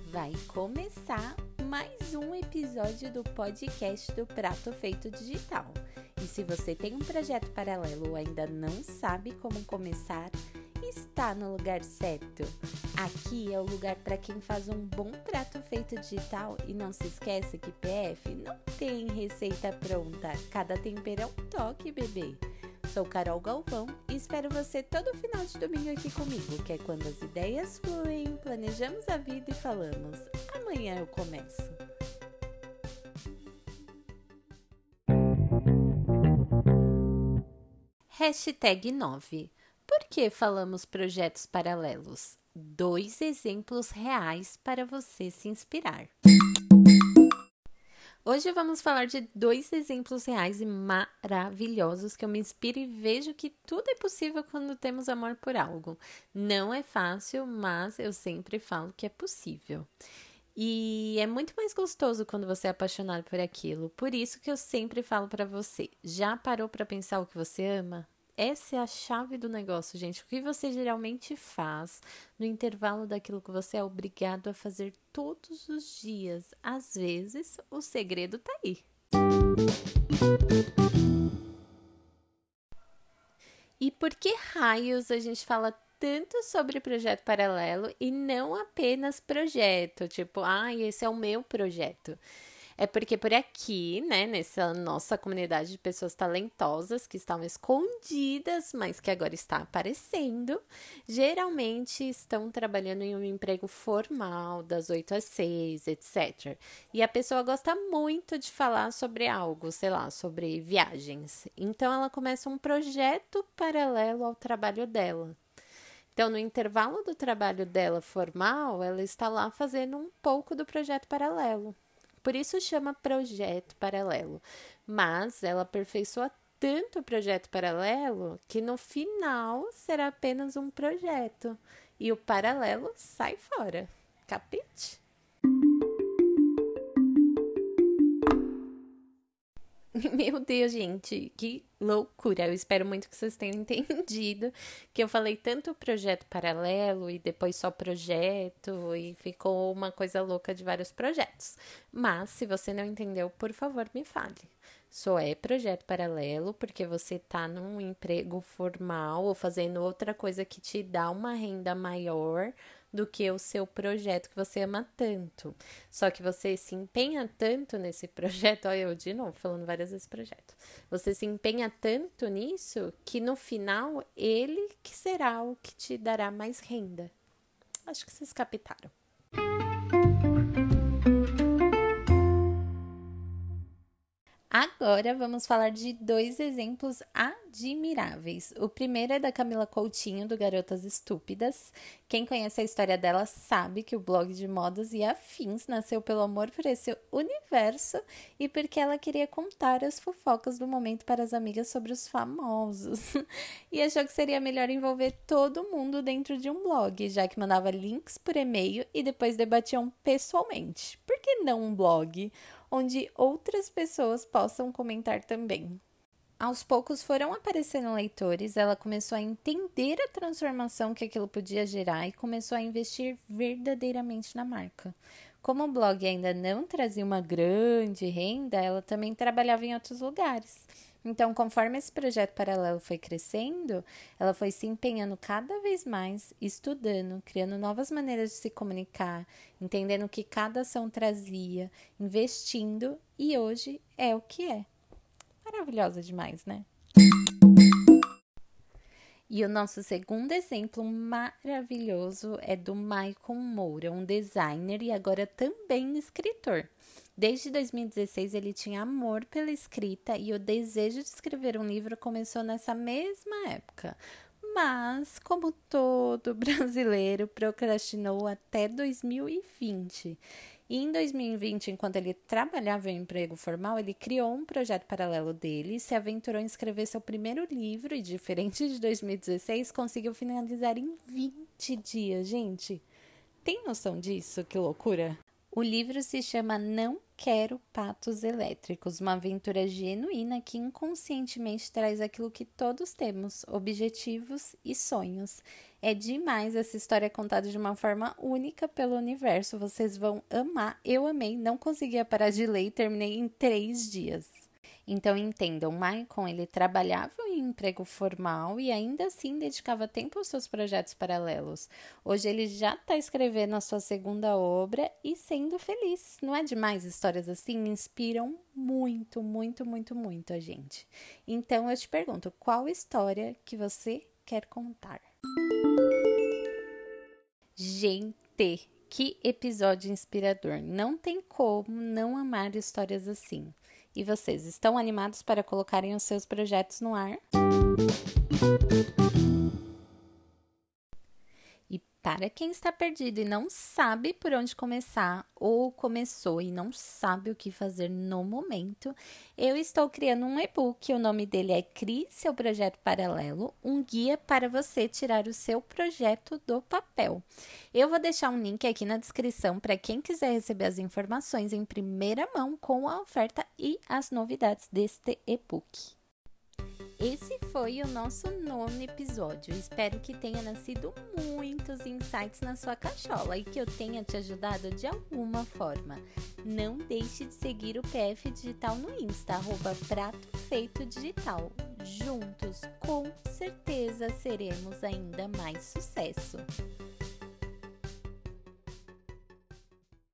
Vai começar mais um episódio do podcast do Prato Feito Digital. E se você tem um projeto paralelo ou ainda não sabe como começar, está no lugar certo. Aqui é o lugar para quem faz um bom prato feito digital e não se esqueça que PF não tem receita pronta. Cada tempero é um toque, bebê. Sou Carol Galvão e espero você todo final de domingo aqui comigo, que é quando as ideias fluem, planejamos a vida e falamos, amanhã eu começo. Hashtag 9. Por que falamos projetos paralelos? 2 exemplos reais para você se inspirar. Hoje vamos falar de 2 exemplos reais e maravilhosos que eu me inspiro e vejo que tudo é possível quando temos amor por algo. Não é fácil, mas eu sempre falo que é possível. E é muito mais gostoso quando você é apaixonado por aquilo. Por isso que eu sempre falo para você, já parou para pensar o que você ama? Essa é a chave do negócio, gente. O que você geralmente faz no intervalo daquilo que você é obrigado a fazer todos os dias? Às vezes, o segredo tá aí. E por que raios a gente fala tanto sobre projeto paralelo e não apenas projeto? Tipo, esse é o meu projeto. É porque por aqui, né, nessa nossa comunidade de pessoas talentosas que estavam escondidas, mas que agora está aparecendo, geralmente estão trabalhando em um emprego formal, das 8 às 6, etc. E a pessoa gosta muito de falar sobre algo, sei lá, sobre viagens. Então, ela começa um projeto paralelo ao trabalho dela. Então, no intervalo do trabalho dela formal, ela está lá fazendo um pouco do projeto paralelo. Por isso chama projeto paralelo. Mas ela aperfeiçoa tanto o projeto paralelo que no final será apenas um projeto. E o paralelo sai fora. Capite? Meu Deus, gente, que loucura. Eu espero muito que vocês tenham entendido que eu falei tanto projeto paralelo e depois só projeto e ficou uma coisa louca de vários projetos. Mas, se você não entendeu, por favor, me fale. Só é projeto paralelo porque você tá num emprego formal ou fazendo outra coisa que te dá uma renda maior do que o seu projeto que você ama tanto. Só que você se empenha tanto nesse projeto, olha eu de novo falando várias vezes projeto. Você se empenha tanto nisso que no final ele que será o que te dará mais renda. Acho que vocês captaram. Agora vamos falar de 2 exemplos admiráveis. O primeiro é da Camila Coutinho, do Garotas Estúpidas. Quem conhece a história dela sabe que o blog de modas e afins nasceu pelo amor por esse universo e porque ela queria contar as fofocas do momento para as amigas sobre os famosos. E achou que seria melhor envolver todo mundo dentro de um blog, já que mandava links por e-mail e depois debatiam pessoalmente. Por que não um blog onde outras pessoas possam comentar também? Aos poucos foram aparecendo leitores, ela começou a entender a transformação que aquilo podia gerar e começou a investir verdadeiramente na marca. Como o blog ainda não trazia uma grande renda, ela também trabalhava em outros lugares. Então, conforme esse projeto paralelo foi crescendo, ela foi se empenhando cada vez mais, estudando, criando novas maneiras de se comunicar, entendendo o que cada ação trazia, investindo e hoje é o que é. Maravilhosa demais, né? E o nosso segundo exemplo maravilhoso é do Maicon Moura, um designer e agora também escritor. Desde 2016 ele tinha amor pela escrita e o desejo de escrever um livro começou nessa mesma época. Mas, como todo brasileiro, procrastinou até 2020. E em 2020, enquanto ele trabalhava em um emprego formal, ele criou um projeto paralelo dele e se aventurou em escrever seu primeiro livro e, diferente de 2016, conseguiu finalizar em 20 dias, gente. Tem noção disso? Que loucura! O livro se chama Não Quero Patos Elétricos, uma aventura genuína que inconscientemente traz aquilo que todos temos, objetivos e sonhos. É demais essa história contada de uma forma única pelo universo, vocês vão amar. Eu amei, não conseguia parar de ler e terminei em 3 dias. Então entendam, Maicon, ele trabalhava em emprego formal e ainda assim dedicava tempo aos seus projetos paralelos. Hoje ele já está escrevendo a sua segunda obra e sendo feliz. Não é demais? Histórias assim inspiram muito, muito, muito, muito a gente. Então eu te pergunto, qual história que você quer contar? Gente, que episódio inspirador! Não tem como não amar histórias assim. E vocês, estão animados para colocarem os seus projetos no ar? E para quem está perdido e não sabe por onde começar, ou começou e não sabe o que fazer no momento, eu estou criando um e-book. O nome dele é Crie Seu Projeto Paralelo, um guia para você tirar o seu projeto do papel. Eu vou deixar um link aqui na descrição para quem quiser receber as informações em primeira mão com a oferta e as novidades deste e-book. Esse foi o nosso 9º episódio. Espero que tenha nascido muitos insights na sua cachola e que eu tenha te ajudado de alguma forma. Não deixe de seguir o PF Digital no Insta, @PratoFeitoDigital. Juntos, com certeza, seremos ainda mais sucesso.